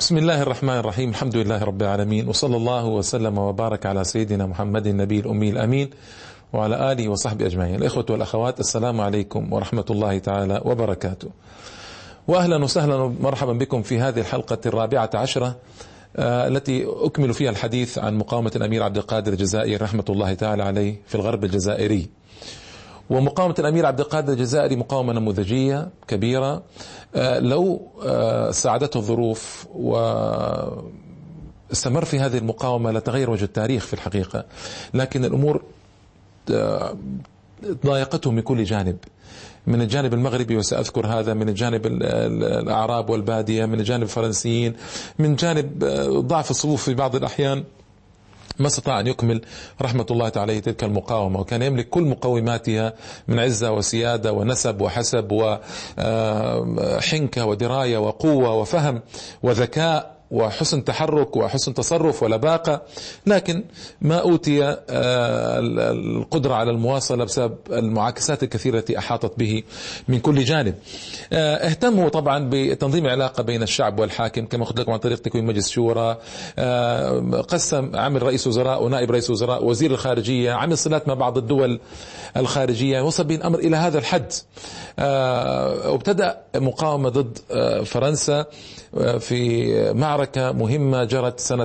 بسم الله الرحمن الرحيم. الحمد لله رب العالمين، وصلى الله وسلم وبارك على سيدنا محمد النبي الأمي الأمين وعلى آله وصحبه أجمعين. الإخوة والأخوات، السلام عليكم ورحمة الله تعالى وبركاته، وأهلا وسهلا ومرحبا بكم في هذه الحلقة 14 التي أكمل فيها الحديث عن مقاومة الأمير عبد القادر الجزائري رحمة الله تعالى عليه في الغرب الجزائري. ومقاومة الأمير عبد القادر الجزائري مقاومة نموذجية كبيرة، لو ساعدته الظروف واستمر في هذه المقاومة لتغير وجه التاريخ في الحقيقة، لكن الأمور ضايقته من كل جانب، من الجانب المغربي وسأذكر هذا، من الجانب الأعراب والبادية، من الجانب الفرنسيين، من جانب ضعف الصفوف في بعض الأحيان. ما استطاع أن يكمل رحمة الله عليه تلك المقاومة، وكان يملك كل مقوماتها من عزة وسيادة ونسب وحسب وحنكة ودراية وقوة وفهم وذكاء وحسن تحرك وحسن تصرف ولباقة، لكن ما أوتي القدرة على المواصلة بسبب المعاكسات الكثيرة التي أحاطت به من كل جانب. اهتموا طبعا بتنظيم العلاقة بين الشعب والحاكم، كما قلت لكم، عن طريق تكوين مجلس شورى، قسم، عمل رئيس وزراء ونائب رئيس وزراء، وزير الخارجية، عمل صلات مع بعض الدول الخارجية، وصل به الأمر إلى هذا الحد. وابتدأ مقاومة ضد فرنسا في معركة مهمة جرت سنة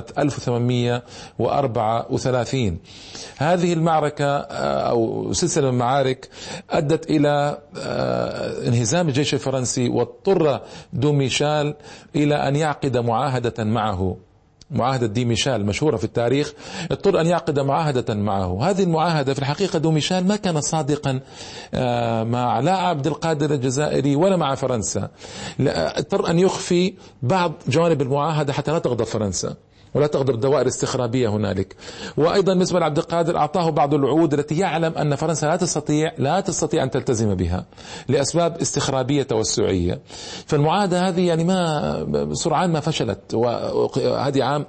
1834. هذه المعركة أو سلسلة من المعارك أدت إلى انهزام الجيش الفرنسي، واضطر دوميشال إلى أن يعقد معاهدة معه، معاهدة دي ميشال مشهورة في التاريخ. اضطر أن يعقد معاهدة معه. هذه المعاهدة في الحقيقة دوميشال ما كان صادقا مع لا عبد القادر الجزائري ولا مع فرنسا، اضطر أن يخفي بعض جوانب المعاهدة حتى لا تغضب فرنسا ولا تغضب الدوائر الاستخرابية هنالك. وأيضا بالنسبة لعبد القادر أعطاه بعض الوعود التي يعلم أن فرنسا لا تستطيع أن تلتزم بها لأسباب استخرابية توسعية. فالمعاهدة هذه يعني ما سرعان ما فشلت، وهذه عام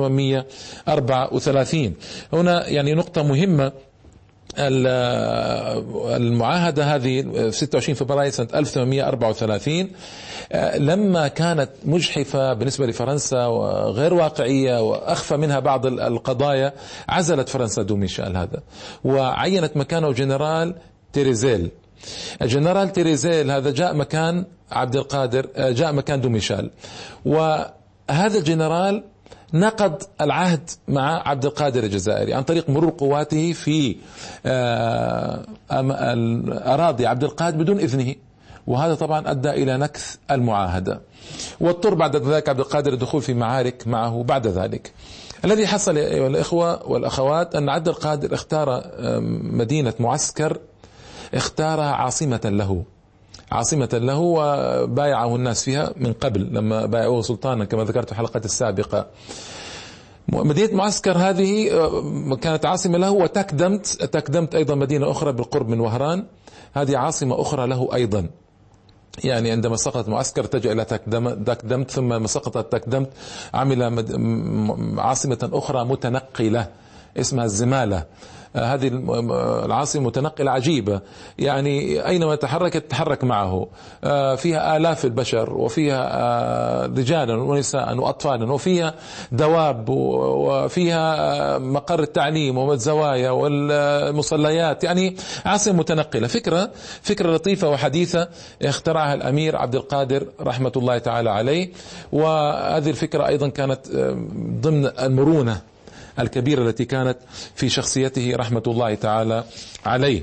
1834. هنا يعني نقطة مهمة، المعاهدة هذه في 26 فبراير سنة 1834 لما كانت مجحفة بالنسبة لفرنسا وغير واقعية وأخفى منها بعض القضايا، عزلت فرنسا دوميشال هذا وعينت مكانه جنرال تيريزيل. الجنرال تيريزيل هذا جاء مكان عبد القادر، جاء مكان دوميشال، وهذا الجنرال نقض العهد مع عبد القادر الجزائري عن طريق مرور قواته في أراضي عبد القادر بدون إذنه، وهذا طبعا أدى إلى نكث المعاهدة، واضطر بعد ذلك عبد القادر الدخول في معارك معه. بعد ذلك الذي حصل أيها الإخوة والأخوات أن عبد القادر اختار مدينة معسكر، اختارها عاصمة له وبايعه الناس فيها من قبل لما بايعوه سلطانا كما ذكرت في الحلقة السابقة. مدينة معسكر هذه كانت عاصمة له، وتكدمت أيضا مدينة أخرى بالقرب من وهران، هذه عاصمة أخرى له أيضا. يعني عندما سقطت معسكر اتجه إلى تكدمت، ثم لما سقطت تكدمت عمل عاصمة أخرى متنقلة اسمها الزمالة. هذه العاصمة متنقلة عجيبة، يعني أينما تحرك معه، فيها آلاف البشر، وفيها رجالا ونساء وأطفالا، وفيها دواب، وفيها مقر التعليم والزوايا والمصليات، يعني عاصمة متنقلة. فكرة لطيفة وحديثة اخترعها الأمير عبد القادر رحمة الله تعالى عليه، وهذه الفكرة أيضا كانت ضمن المرونة الكبيرة التي كانت في شخصيته رحمة الله تعالى عليه.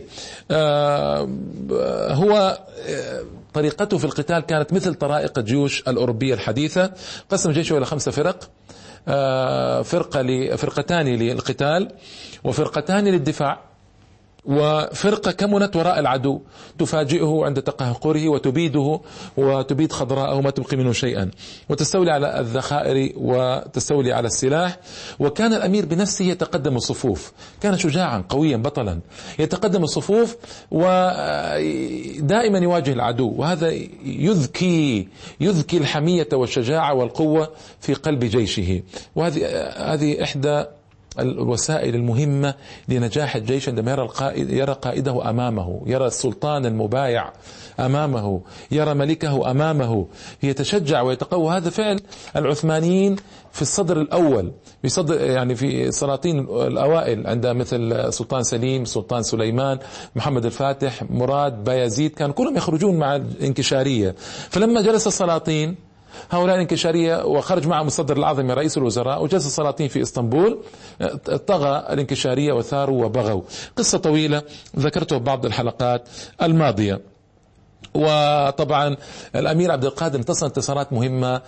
هو طريقته في القتال كانت مثل طرائق الجيوش الأوروبية الحديثة، قسم جيشه إلى 5 فرق، فرقتان للقتال وفرقتان للدفاع، وفرقة كمنت وراء العدو تفاجئه عند تقهقره وتبيده وتبيد خضراءه ما تبقي منه شيئا، وتستولي على الذخائر وتستولي على السلاح. وكان الأمير بنفسه يتقدم الصفوف، كان شجاعا قويا بطلا، يتقدم الصفوف ودائما يواجه العدو، وهذا يذكي الحمية والشجاعة والقوة في قلب جيشه. وهذه إحدى الوسائل المهمة لنجاح الجيش عندما يرى قائده أمامه، يرى السلطان المبايع أمامه، يرى ملكه أمامه، يتشجع ويتقوى. هذا فعل العثمانيين في الصدر الأول، في صدر يعني في السلاطين الأوائل، عند مثل سلطان سليم، سلطان سليمان، محمد الفاتح، مراد، بايزيد، كانوا كلهم يخرجون مع الانكشارية. فلما جلس السلاطين هؤلاء الانكشارية وخرج معهم الصدر الأعظم رئيس الوزراء، وجلس السلاطين في إسطنبول، طغى الانكشارية وثاروا وبغوا. قصة طويلة ذكرتها بعض الحلقات الماضية. وطبعا الأمير عبد القادر انتصر انتصارات مهمة،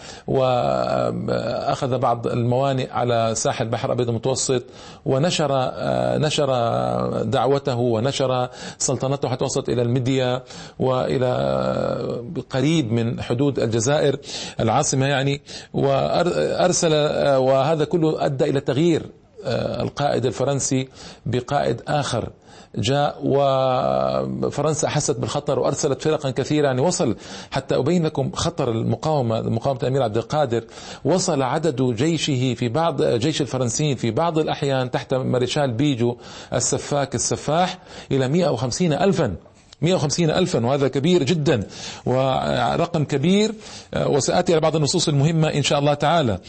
وأخذ بعض الموانئ على ساحل البحر الأبيض المتوسط، ونشر دعوته ونشر سلطنته حتى وصلت إلى المديا وإلى قريب من حدود الجزائر العاصمة يعني، وأرسل، وهذا كله أدى إلى تغيير القائد الفرنسي بقائد آخر جاء، وفرنسا أحست بالخطر وأرسلت فرقا كثيرة. يعني وصل، حتى أبين لكم خطر مقاومة الأمير عبد القادر، وصل عدد جيشه في بعض جيش الفرنسيين في بعض الأحيان تحت مارشال بيجو السفاح إلى 150 ألفا، وهذا كبير جدا ورقم كبير، وسأتي على بعض النصوص المهمة إن شاء الله تعالى.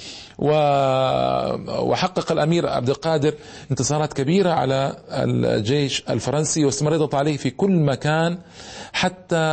وحقق الأمير عبد القادر انتصارات كبيرة على الجيش الفرنسي، واستمرت عليه في كل مكان، حتى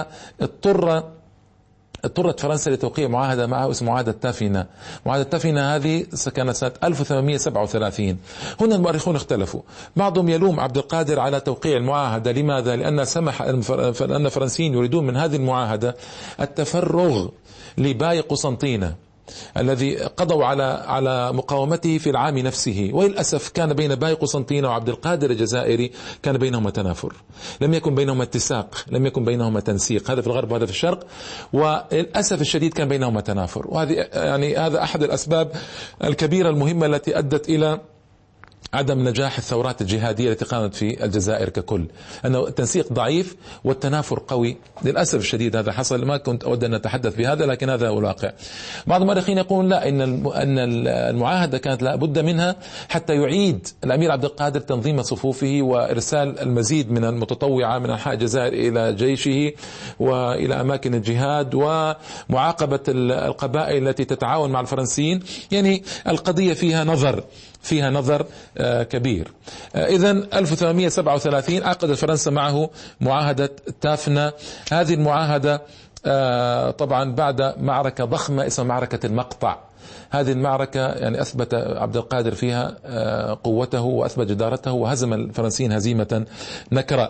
اضطرت فرنسا لتوقيع معاهدة معه اسمها معاهدة تافينا. معاهدة تافينا هذه كانت سنة 1837. هنا المؤرخون اختلفوا، بعضهم يلوم عبد القادر على توقيع المعاهدة. لماذا؟ لأن الفرنسيين يريدون من هذه المعاهدة التفرغ لباي قسنطينة الذي قضوا على مقاومته في العام نفسه. وللأسف كان بين باي قسنطينة وعبد القادر الجزائري كان بينهما تنافر، لم يكن بينهما اتساق، لم يكن بينهما تنسيق، هذا في الغرب وهذا في الشرق، وللأسف الشديد كان بينهما تنافر. وهذه يعني هذا أحد الأسباب الكبيرة المهمة التي أدت إلى عدم نجاح الثورات الجهادية التي قامت في الجزائر ككل، أنه التنسيق ضعيف والتنافر قوي. للأسف الشديد هذا حصل. ما كنت أود أن أتحدث بهذا، لكن هذا هو الواقع. بعض المؤرخين يقولون لا، أن المعاهدة كانت لا بد منها حتى يعيد الأمير عبد القادر تنظيم صفوفه وإرسال المزيد من المتطوعة من أنحاء الجزائر إلى جيشه وإلى أماكن الجهاد، ومعاقبة القبائل التي تتعاون مع الفرنسيين. يعني القضية فيها نظر كبير. إذن 1837 عقدت فرنسا معه معاهدة تافنا. هذه المعاهدة طبعا بعد معركة ضخمة اسمها معركة المقطع. هذه المعركة يعني أثبت عبد القادر فيها قوته وأثبت جدارته، وهزم الفرنسيين هزيمة نكرة.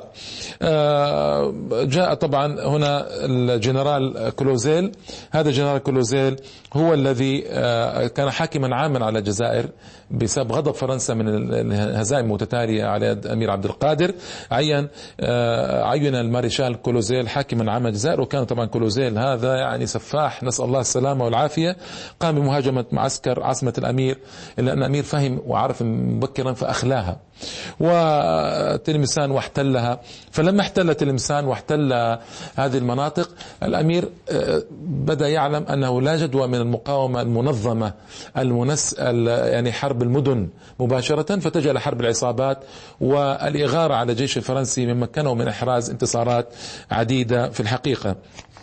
جاء طبعا هنا الجنرال كلوزيل. هذا الجنرال كلوزيل هو الذي كان حاكما عاما على الجزائر بسبب غضب فرنسا من الهزائم المتتالية على يد أمير عبد القادر. عين المارشال كلوزيل حاكما عاما الجزائر، وكان طبعا كلوزيل هذا يعني سفاح، نسأل الله السلامة والعافية. قام بمهاجمة معسكر عاصمة الأمير، إلا أن الأمير فهم وعرف مبكرا فأخلاها، وتلمسان واحتلها. فلما احتل تلمسان واحتل هذه المناطق، الأمير بدأ يعلم أنه لا جدوى من المقاومة المنظمة يعني حرب المدن مباشرة، فاتجه إلى حرب العصابات والإغارة على الجيش الفرنسي، مما مكنه من إحراز انتصارات عديدة في الحقيقة.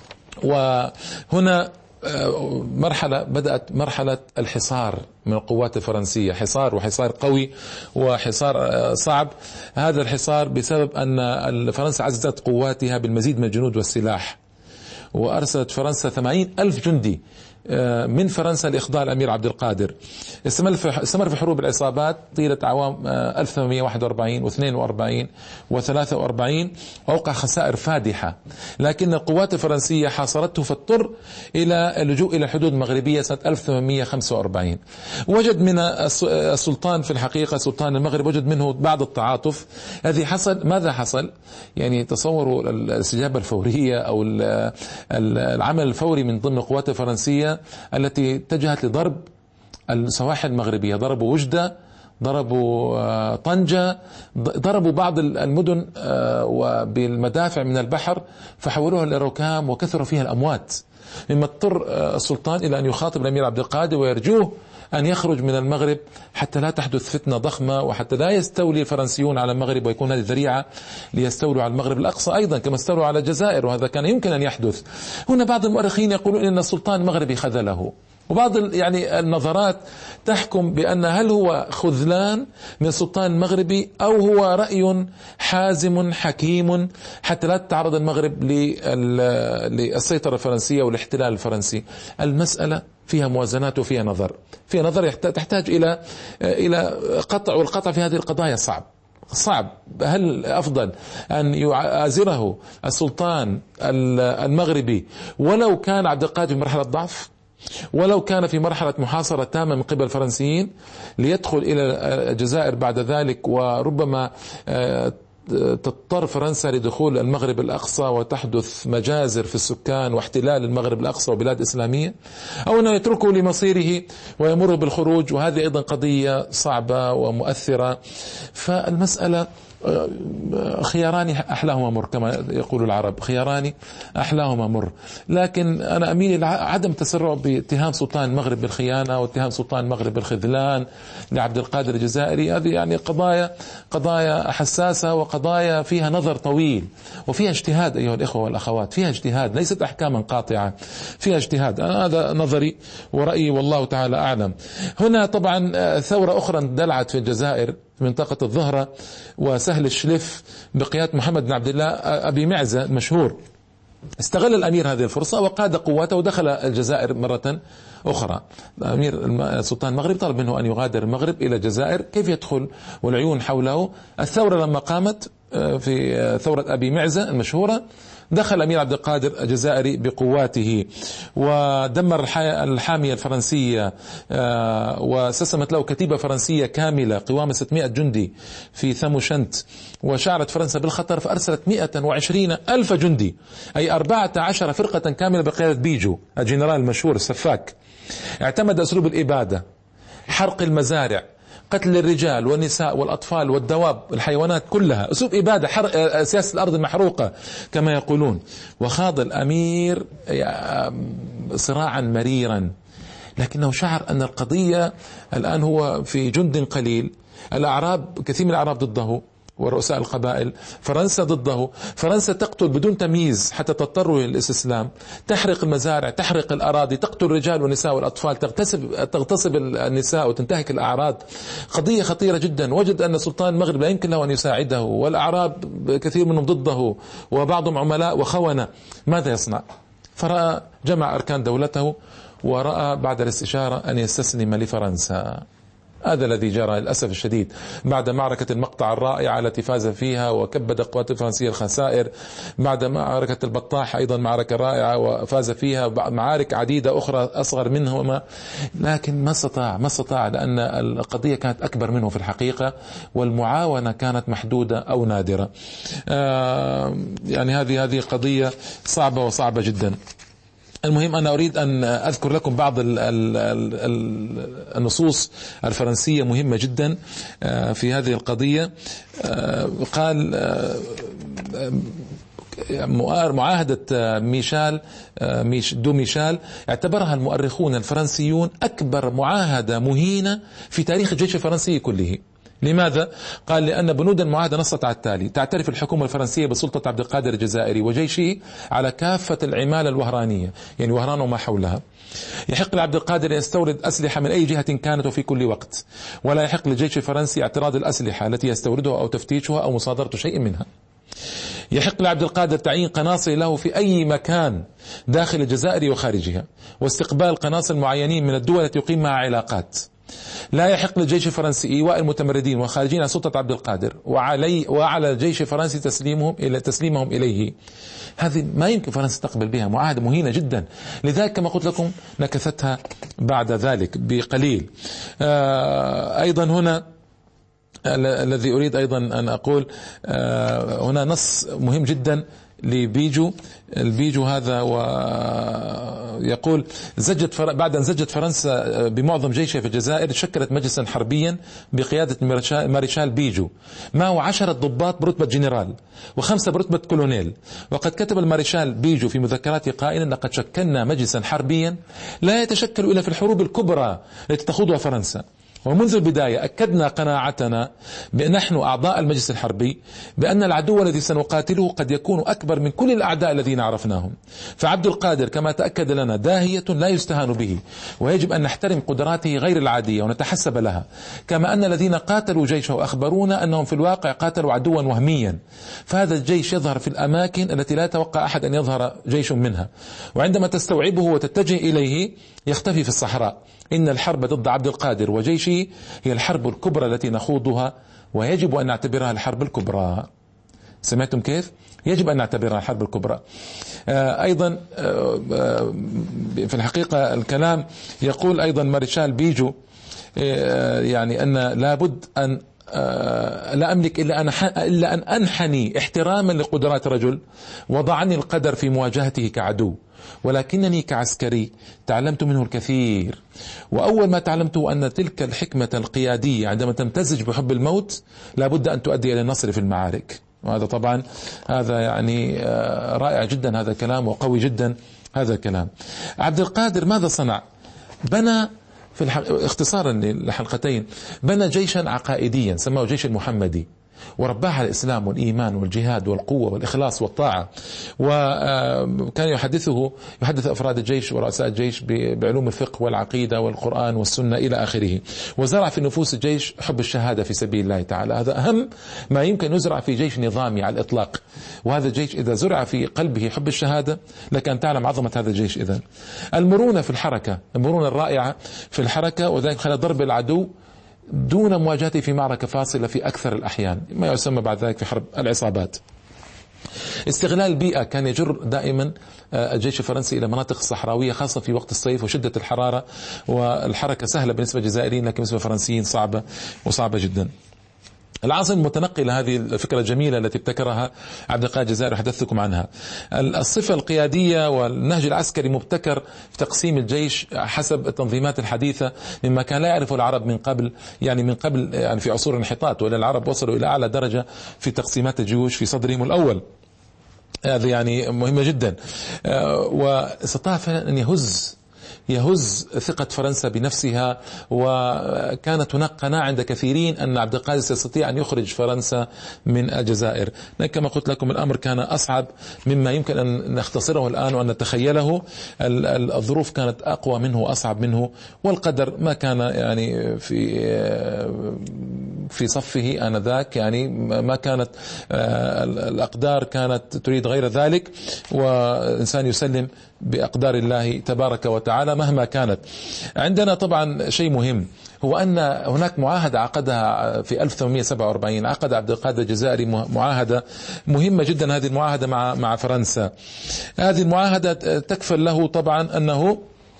وهنا بدأت مرحلة الحصار من القوات الفرنسية، وحصار قوي وحصار صعب. هذا الحصار بسبب أن فرنسا عززت قواتها بالمزيد من الجنود والسلاح، وأرسلت فرنسا 80,000 جندي من فرنسا لإخضاع الأمير عبد القادر. استمر في حروب العصابات طيلة أعوام 1841 و42 و43، وأوقع خسائر فادحة، لكن القوات الفرنسية حاصرته، فاضطر إلى اللجوء إلى الحدود المغربية سنة 1845. وجد من السلطان في الحقيقة، سلطان المغرب، وجد منه بعض التعاطف. الذي حصل، ماذا حصل؟ يعني تصوروا الاستجابة الفورية أو العمل الفوري من ضمن القوات الفرنسية التي اتجهت لضرب السواحل المغربية. ضربوا وجدة، ضربوا طنجة، ضربوا بعض المدن وبالمدافع من البحر، فحولوها إلى ركام وكثروا فيها الأموات، مما اضطر السلطان إلى أن يخاطب الأمير عبد القادر ويرجوه أن يخرج من المغرب حتى لا تحدث فتنة ضخمة، وحتى لا يستولي الفرنسيون على المغرب ويكون هذه ذريعة ليستولوا على المغرب الأقصى أيضا كما استولوا على الجزائر، وهذا كان يمكن أن يحدث. هنا بعض المؤرخين يقولون إن السلطان المغربي خذله، وبعض يعني النظرات تحكم بأن هل هو خذلان من السلطان المغربي أو هو رأي حازم حكيم حتى لا تتعرض المغرب للسيطرة الفرنسية والاحتلال الفرنسي. المسألة فيها موازنات وفيها نظر، فيها نظر تحتاج إلى قطع، والقطع في هذه القضايا صعب. هل أفضل أن يعازره السلطان المغربي ولو كان عبد القادر في مرحلة ضعف، ولو كان في مرحلة محاصرة تامة من قبل الفرنسيين، ليدخل إلى الجزائر بعد ذلك، وربما تضطر فرنسا لدخول المغرب الأقصى وتحدث مجازر في السكان واحتلال المغرب الأقصى وبلاد إسلامية، أو أنه يتركه لمصيره ويمر بالخروج، وهذه أيضا قضية صعبة ومؤثرة. فالمسألة خياران أحلاهما مر كما يقول العرب، خياران أحلاهما مر. لكن أنا أميل إلى عدم تسرع باتهام سلطان المغرب بالخيانة واتهام سلطان المغرب بالخذلان لعبد القادر الجزائري. هذه يعني قضايا حساسة، وقضايا فيها نظر طويل، وفيها اجتهاد أيها الإخوة والأخوات، فيها اجتهاد، ليست أحكاما قاطعة، فيها اجتهاد. هذا نظري ورأيي والله تعالى أعلم. هنا طبعا ثورة أخرى اندلعت في الجزائر في منطقة الظهرة وسهل الشلف بقيادة محمد بن عبد الله أبي معزة المشهور. استغل الأمير هذه الفرصة وقاد قواته ودخل الجزائر مرة أخرى. الأمير السلطان المغرب طلب منه أن يغادر المغرب إلى الجزائر، كيف يدخل والعيون حوله؟ الثورة لما قامت في ثورة أبي معزة المشهورة، دخل الأمير عبد القادر الجزائري بقواته ودمر الحامية الفرنسية، واستسلمت له كتيبة فرنسية كاملة قوام 600 جندي في ثموشنت، وشعرت فرنسا بالخطر فأرسلت 120 ألف جندي، أي 14 فرقة كاملة بقيادة بيجو الجنرال المشهور السفاك. اعتمد أسلوب الإبادة، حرق المزارع، قتل الرجال والنساء والأطفال والدواب الحيوانات كلها، أسلوب إبادة، سياسة الأرض المحروقة كما يقولون. وخاض الأمير صراعا مريرا، لكنه شعر أن القضية الآن هو في جند قليل، الأعراب كثير من الأعراب ضده ورؤساء القبائل، فرنسا ضده، فرنسا تقتل بدون تمييز حتى تضطروا للاستسلام، تحرق المزارع، تحرق الأراضي، تقتل الرجال والنساء والأطفال، تغتصب النساء وتنتهك الأعراض. قضية خطيرة جدا. وجد أن سلطان المغرب لا يمكن له أن يساعده، والأعراب كثير منهم ضده وبعضهم عملاء وخونة. ماذا يصنع؟ فرأى جمع أركان دولته ورأى بعد الاستشارة أن يستسلم لفرنسا. هذا الذي جرى للأسف الشديد بعد معركة المقطع الرائعة التي فاز فيها وكبد القوات الفرنسية الخسائر، بعد معركة البطاح أيضا معركة رائعة وفاز فيها، معارك عديدة أخرى أصغر منهما، لكن ما استطاع لأن القضية كانت أكبر منه في الحقيقة، والمعاونة كانت محدودة أو نادرة. يعني هذه قضية صعبة وصعبة جدا. المهم أنا أريد أن أذكر لكم بعض النصوص الفرنسية مهمة جدا في هذه القضية. قال معاهدة ميشال اعتبرها المؤرخون الفرنسيون أكبر معاهدة مهينة في تاريخ الجيش الفرنسي كله. لماذا؟ قال لأن بنود المعاهدة نصت على التالي: تعترف الحكومة الفرنسية بسلطة عبد القادر الجزائري وجيشه على كافة العمالة الوهرانية، يعني وهران وما حولها. يحق لعبد القادر أن يستورد أسلحة من أي جهة كانت وفي كل وقت، ولا يحق للجيش الفرنسي اعتراض الأسلحة التي يستوردها أو تفتيشها أو مصادرة شيء منها. يحق لعبد القادر تعيين قناصل له في أي مكان داخل الجزائر وخارجها، واستقبال قناصل معينين من الدول التي يقيم معها علاقات. لا يحق للجيش الفرنسي إيواء المتمردين والخارجين عن سلطة عبد القادر، وعلى الجيش الفرنسي تسليمهم إليه. هذه ما يمكن فرنسا تقبل بها، معاهدة مهينة جدا. لذلك كما قلت لكم نكثتها بعد ذلك بقليل. أيضا هنا الذي أريد أيضا أن أقول، هنا نص مهم جدا لبيجو. البيجو هذا ويقول بعد أن زجت فرنسا بمعظم جيشها في الجزائر شكلت مجلسا حربيا بقيادة المارشال بيجو معه 10 ضباط برتبة جنرال و5 برتبة كولونيل. وقد كتب المارشال بيجو في مذكراته قائلا: لقد شكلنا مجلسا حربيا لا يتشكل إلا في الحروب الكبرى التي تخوضها فرنسا. ومنذ البداية أكدنا قناعتنا بأن نحن أعضاء المجلس الحربي بأن العدو الذي سنقاتله قد يكون أكبر من كل الأعداء الذين عرفناهم. فعبد القادر كما تأكد لنا داهية لا يستهان به، ويجب أن نحترم قدراته غير العادية ونتحسب لها، كما أن الذين قاتلوا جيشه أخبرونا أنهم في الواقع قاتلوا عدوا وهميا. فهذا الجيش يظهر في الأماكن التي لا يتوقع أحد أن يظهر جيش منها، وعندما تستوعبه وتتجه إليه يختفي في الصحراء. إن الحرب ضد عبد القادر وجيشه هي الحرب الكبرى التي نخوضها، ويجب أن نعتبرها الحرب الكبرى. سمعتم كيف؟ يجب أن نعتبرها الحرب الكبرى. أيضا في الحقيقة الكلام يقول أيضا مارشال بيجو يعني أن لابد أن لا أملك إلا أن أنحني احتراما لقدرات رجل وضعني القدر في مواجهته كعدو، ولكنني كعسكري تعلمت منه الكثير. وأول ما تعلمته أن تلك الحكمة القيادية عندما تمتزج بحب الموت لابد أن تؤدي إلى النصر في المعارك. وهذا طبعا هذا يعني رائع جدا هذا الكلام، وقوي جدا هذا الكلام. عبد القادر ماذا صنع؟ بنى اختصارا للحلقتين بنى جيشا عقائديا سماه جيش المحمدي، ورباه على الإسلام والإيمان والجهاد والقوة والإخلاص والطاعة. وكان يحدث أفراد الجيش ورؤساء الجيش بعلوم الفقه والعقيدة والقرآن والسنة إلى آخره. وزرع في نفوس الجيش حب الشهادة في سبيل الله تعالى. هذا أهم ما يمكن يزرع في جيش نظامي على الإطلاق. وهذا الجيش إذا زرع في قلبه حب الشهادة لك أن تعلم عظمة هذا الجيش. إذن المرونة في الحركة، المرونة الرائعة في الحركة، وذلك خلال ضرب العدو دون مواجهته في معركة فاصلة في أكثر الأحيان، ما يسمى بعد ذلك في حرب العصابات. استغلال البيئة، كان يجر دائما الجيش الفرنسي إلى مناطق صحراوية خاصة في وقت الصيف وشدة الحرارة، والحركة سهلة بالنسبة للجزائريين لكن بالنسبة للفرنسيين صعبة جدا. العاصمة المتنقلة، هذه الفكرة الجميلة التي ابتكرها عبد القادر الجزائري حدثتكم عنها. الصفة القيادية والنهج العسكري مبتكر في تقسيم الجيش حسب التنظيمات الحديثة، مما كان لا يعرفه العرب من قبل، يعني في عصور الانحطاط، ولا العرب وصلوا إلى أعلى درجة في تقسيمات الجيوش في صدرهم الأول. هذا يعني مهمة جدا. واستطاع فعلا أن يهز ثقة فرنسا بنفسها، وكانت هناك قناعة عند كثيرين أن عبد القادر سيستطيع أن يخرج فرنسا من الجزائر. كما قلت لكم الأمر كان أصعب مما يمكن أن نختصره الآن وأن نتخيله. الظروف كانت أقوى منه وأصعب منه، والقدر ما كان يعني في صفه آنذاك، يعني ما كانت الأقدار كانت تريد غير ذلك، وإنسان يسلم بأقدار الله تبارك وتعالى مهما كانت. عندنا طبعا شيء مهم، هو أن هناك معاهدة عقدها في 1847، عقد عبد القادر الجزائري معاهدة مهمة جدا. هذه المعاهدة مع فرنسا، هذه المعاهدة تكفل له طبعا أنه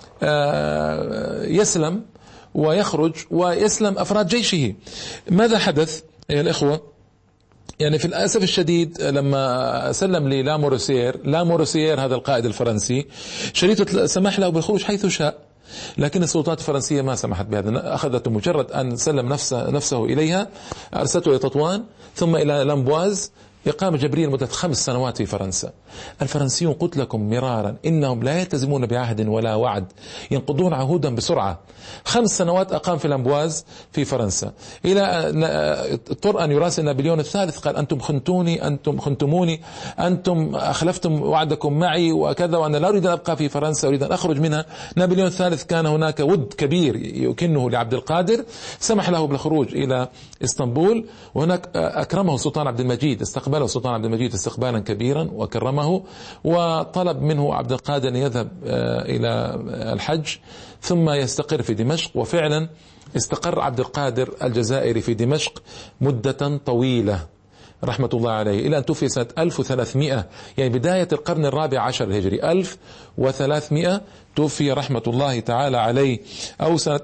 يسلم ويخرج ويسلم أفراد جيشه. ماذا حدث يا الإخوة؟ يعني في الأسف الشديد لما سلم لي لامورسير هذا القائد الفرنسي شريطة سمح له بالخروج حيث شاء، لكن السلطات الفرنسية ما سمحت بهذا. أخذته مجرد أن سلم نفسه إليها، أرسلته إلى تطوان ثم إلى لامبواز، إقامة جبرية لمدة 5 سنوات في فرنسا. الفرنسيون قلت لكم مرارا إنهم لا يلتزمون بعهد ولا وعد، ينقضون عهودا بسرعة. 5 سنوات أقام في لامبواز في فرنسا، إلى اضطر أن يراسل نابليون الثالث، قال أنتم خنتموني، أنتم أخلفتم وعدكم معي وكذا، وأنا لا أريد أن أبقى في فرنسا، أريد أن أخرج منها. نابليون الثالث كان هناك ود كبير يكنه لعبد القادر، سمح له بالخروج إلى إسطنبول، وهناك أكرمه السلطان عبد المجيد، استقبله السلطان عبد المجيد استقبالا كبيرا وكرمه، وطلب منه عبد القادر أن يذهب إلى الحج ثم يستقر في دمشق. وفعلا استقر عبد القادر الجزائري في دمشق مدة طويلة رحمة الله عليه، إلى أن توفي سنة 1300، يعني بداية القرن الرابع عشر الهجري. 1300 توفي رحمة الله تعالى عليه أو سنة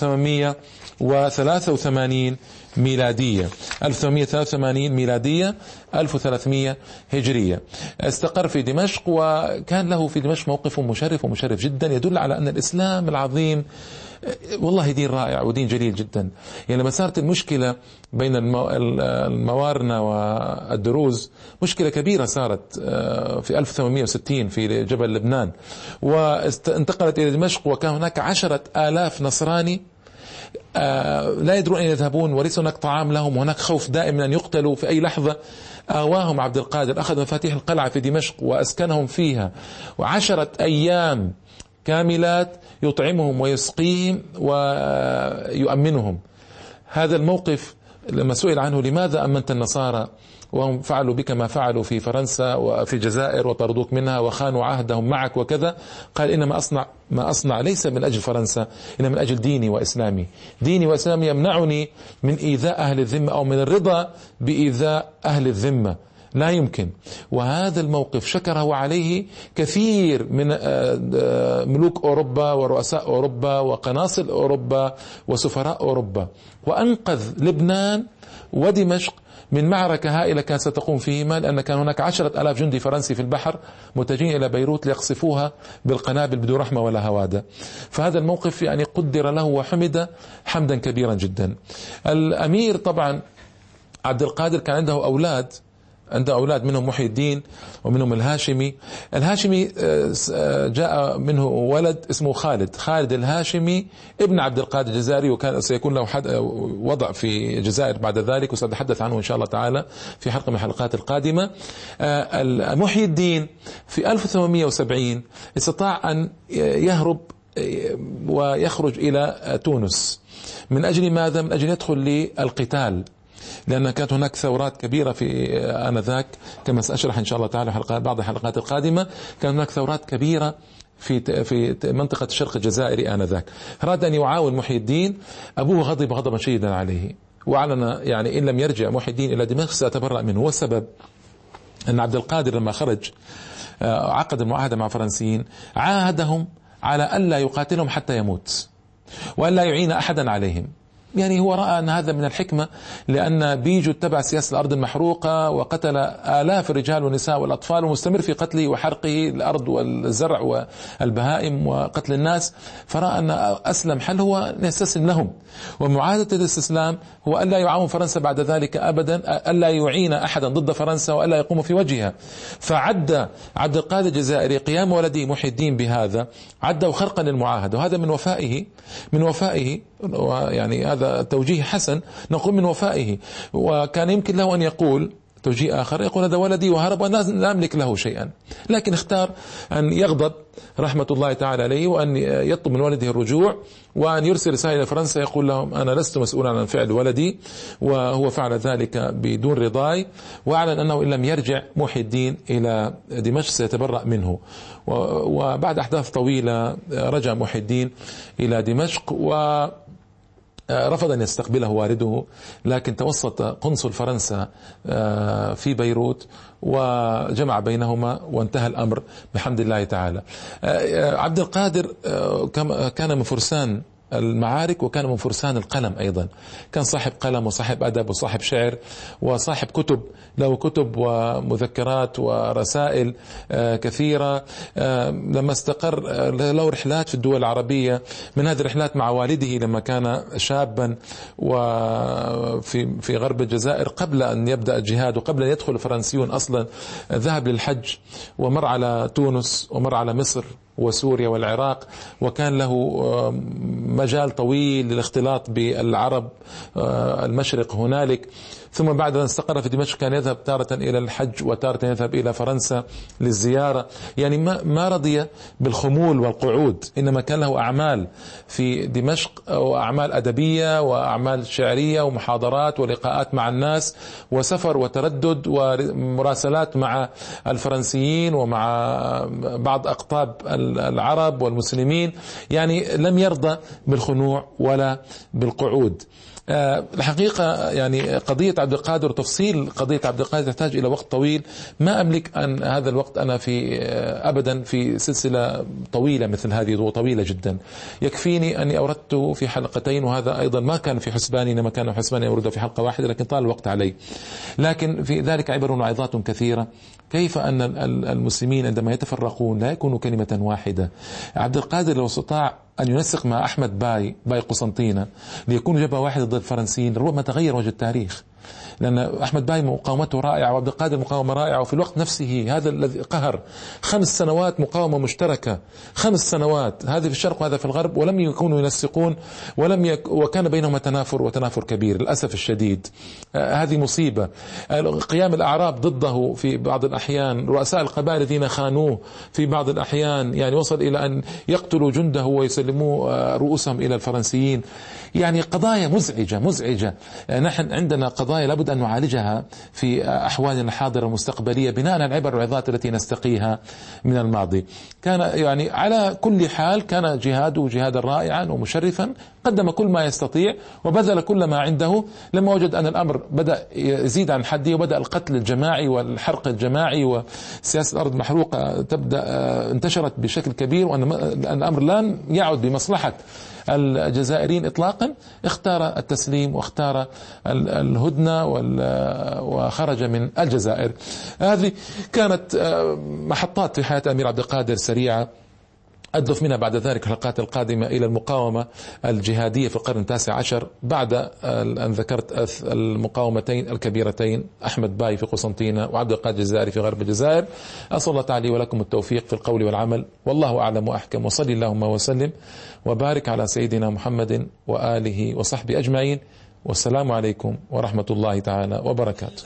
1883 ميلادية، 1883 ميلادية، 1300 هجرية. استقر في دمشق، وكان له في دمشق موقف مشرف ومشرف جدا، يدل على أن الإسلام العظيم والله دين رائع ودين جليل جدا. يعني لما صارت المشكلة بين الموارنة والدروز، مشكلة كبيرة صارت في 1860 في جبل لبنان، وانتقلت إلى دمشق، وكان هناك 10,000 نصراني لا يدرون أين يذهبون، وليس هناك طعام لهم، وهناك خوف دائم أن يقتلوا في أي لحظة. آواهم عبد القادر، أخذ مفاتيح القلعة في دمشق وأسكنهم فيها، و10 أيام كاملات يطعمهم ويسقيهم ويؤمنهم. هذا الموقف لما سئل عنه لماذا أمنت النصارى وهم فعلوا بك ما فعلوا في فرنسا وفي الجزائر وطردوك منها وخانوا عهدهم معك وكذا، قال إنما ما أصنع ليس من أجل فرنسا، إنما من أجل ديني وإسلامي. ديني وإسلامي يمنعني من إيذاء أهل الذمة أو من الرضا بإيذاء أهل الذمة، لا يمكن. وهذا الموقف شكره عليه كثير من ملوك أوروبا ورؤساء أوروبا وقناصل أوروبا وسفراء أوروبا، وأنقذ لبنان ودمشق من معركة هائلة كانت ستقوم فيهما، لأن كان هناك 10,000 جندي فرنسي في البحر متجهين إلى بيروت ليقصفوها بالقنابل بدون رحمة ولا هوادة. فهذا الموقف يعني قدر له وحمد حمدا كبيرا جدا. الأمير طبعا عبد القادر كان عنده أولاد منهم محي الدين ومنهم الهاشمي. الهاشمي جاء منه ولد اسمه خالد الهاشمي ابن عبد القادر الجزائري، وكان سيكون له وضع في الجزائر بعد ذلك، وسأتحدث عنه إن شاء الله تعالى في حلقة من الحلقات القادمة. محي الدين في 1870 استطاع أن يهرب ويخرج إلى تونس. من أجل ماذا؟ من أجل يدخل للقتال، لأن كانت هناك ثورات كبيرة في آنذاك، كما سأشرح إن شاء الله تعالى بعض الحلقات القادمة. كان هناك ثورات كبيرة في منطقة الشرق الجزائري آنذاك. أراد أن يعاون محي الدين، أبوه غضب غضبا شديدا عليه، وأعلن يعني إن لم يرجع محي الدين إلى دمشق سأتبرأ منه. والسبب أن عبد القادر لما خرج عقد المعاهدة مع الفرنسيين، عاهدهم على ألا يقاتلهم حتى يموت وألا يعين أحدا عليهم. يعني هو رأى أن هذا من الحكمة، لأن بيجو اتبع سياسة الأرض المحروقة وقتل آلاف الرجال والنساء والأطفال، ومستمر في قتله وحرقه الأرض والزرع والبهائم وقتل الناس. فرأى أن أسلم حل هو أن يستسلم لهم، ومعاهدة الاستسلام هو ألا يعاون فرنسا بعد ذلك أبدا، ألا يعين أحدا ضد فرنسا وألا يقوم في وجهها. فعد عبد القادر الجزائري قيام ولده محي الدين بهذا، عده خرقا للمعاهدة، وهذا من وفائه يعني هذا توجيه حسن، نقول من وفائه. وكان يمكن له أن يقول توجيه آخر، يقول هذا ولدي وهرب ولا أملك له شيئا، لكن اختار أن يغضب رحمة الله تعالى عليه، وأن يطلب من ولده الرجوع، وأن يرسل رسالة إلى فرنسا يقول لهم أنا لست مسؤولا عن فعل ولدي، وهو فعل ذلك بدون رضاي، وأعلن أنه إن لم يرجع محي الدين إلى دمشق سيتبرأ منه. وبعد أحداث طويلة رجع محي الدين إلى دمشق، رفض أن يستقبله والده، لكن توسط قنصل فرنسا في بيروت وجمع بينهما وانتهى الأمر بحمد الله تعالى. عبد القادر كان من فرسان المعارك، وكان من فرسان القلم أيضا، كان صاحب قلم وصاحب أدب وصاحب شعر وصاحب كتب، له كتب ومذكرات ورسائل كثيرة. لما استقر له رحلات في الدول العربية، من هذه الرحلات مع والده لما كان شابا وفي غرب الجزائر قبل أن يبدأ الجهاد وقبل أن يدخل الفرنسيون أصلا، ذهب للحج ومر على تونس ومر على مصر وسوريا والعراق، وكان له مجال طويل للاختلاط بالعرب المشرق هنالك. ثم بعد أن استقر في دمشق كان يذهب تارة إلى الحج وتارة يذهب إلى فرنسا للزيارة، يعني ما رضي بالخمول والقعود، إنما كان له أعمال في دمشق، وأعمال أدبية وأعمال شعرية ومحاضرات ولقاءات مع الناس وسفر وتردد ومراسلات مع الفرنسيين ومع بعض أقطاب العرب والمسلمين يعني لم يرضى بالخنوع ولا بالقعود. الحقيقة يعني قضية عبد القادر وتفصيل قضية عبد القادر تحتاج إلى وقت طويل، ما أملك أن هذا الوقت أنا في أبدا في سلسلة طويلة مثل هذه وطويلة جدا، يكفيني أني أوردته في حلقتين، وهذا أيضا ما كان في حسباني، إنما كان في حسباني أورده في حلقة واحدة، لكن طال الوقت علي. لكن في ذلك عبر وعظات كثيرة، كيف أن المسلمين عندما يتفرقون لا يكونوا كلمة واحدة. عبد القادر لو استطاع أن ينسق مع أحمد باي قسنطينة ليكون جبهة واحدة ضد الفرنسيين، ربما تغير وجه التاريخ، لأن أحمد باي مقاومته رائعة وعبد القادر مقاومة رائعة، وفي الوقت نفسه هذا الذي قهر 5 سنوات مقاومة مشتركة، 5 سنوات، هذه في الشرق وهذا في الغرب، ولم يكونوا ينسقون، وكان بينهما وتنافر كبير للأسف الشديد. هذه مصيبة. قيام الأعراب ضده في بعض الأحيان، رؤساء القبائل الذين خانوه في بعض الأحيان، يعني وصل إلى أن يقتلوا جنده ويسلموا رؤوسهم إلى الفرنسيين. يعني قضايا مزعجة. نحن عندنا قضايا لابد أن نعالجها في أحوالنا الحاضرة والمستقبلية بناء على العبر والعظات التي نستقيها من الماضي. كان يعني على كل حال كان جهادا رائعا ومشرفا، قدم كل ما يستطيع وبذل كل ما عنده. لما وجد أن الأمر بدأ يزيد عن حده وبدأ القتل الجماعي والحرق الجماعي وسياسة الأرض محروقة تبدأ انتشرت بشكل كبير، وأن الأمر لا يعد بمصلحة الجزائريين إطلاقا، اختار التسليم واختار الهدنة وخرج من الجزائر. هذه كانت محطات في حياة الأمير عبد القادر سريعة، أدلف منها بعد ذلك الحلقات القادمة إلى المقاومة الجهادية في القرن 19 بعد أن ذكرت المقاومتين الكبيرتين، أحمد باي في قسنطينة وعبد القادر الجزائري في غرب الجزائر. أسأل الله تعالى ولكم التوفيق في القول والعمل، والله أعلم وأحكم، وصلي اللهم وسلم وبارك على سيدنا محمد وآله وصحبه أجمعين، والسلام عليكم ورحمة الله تعالى وبركاته.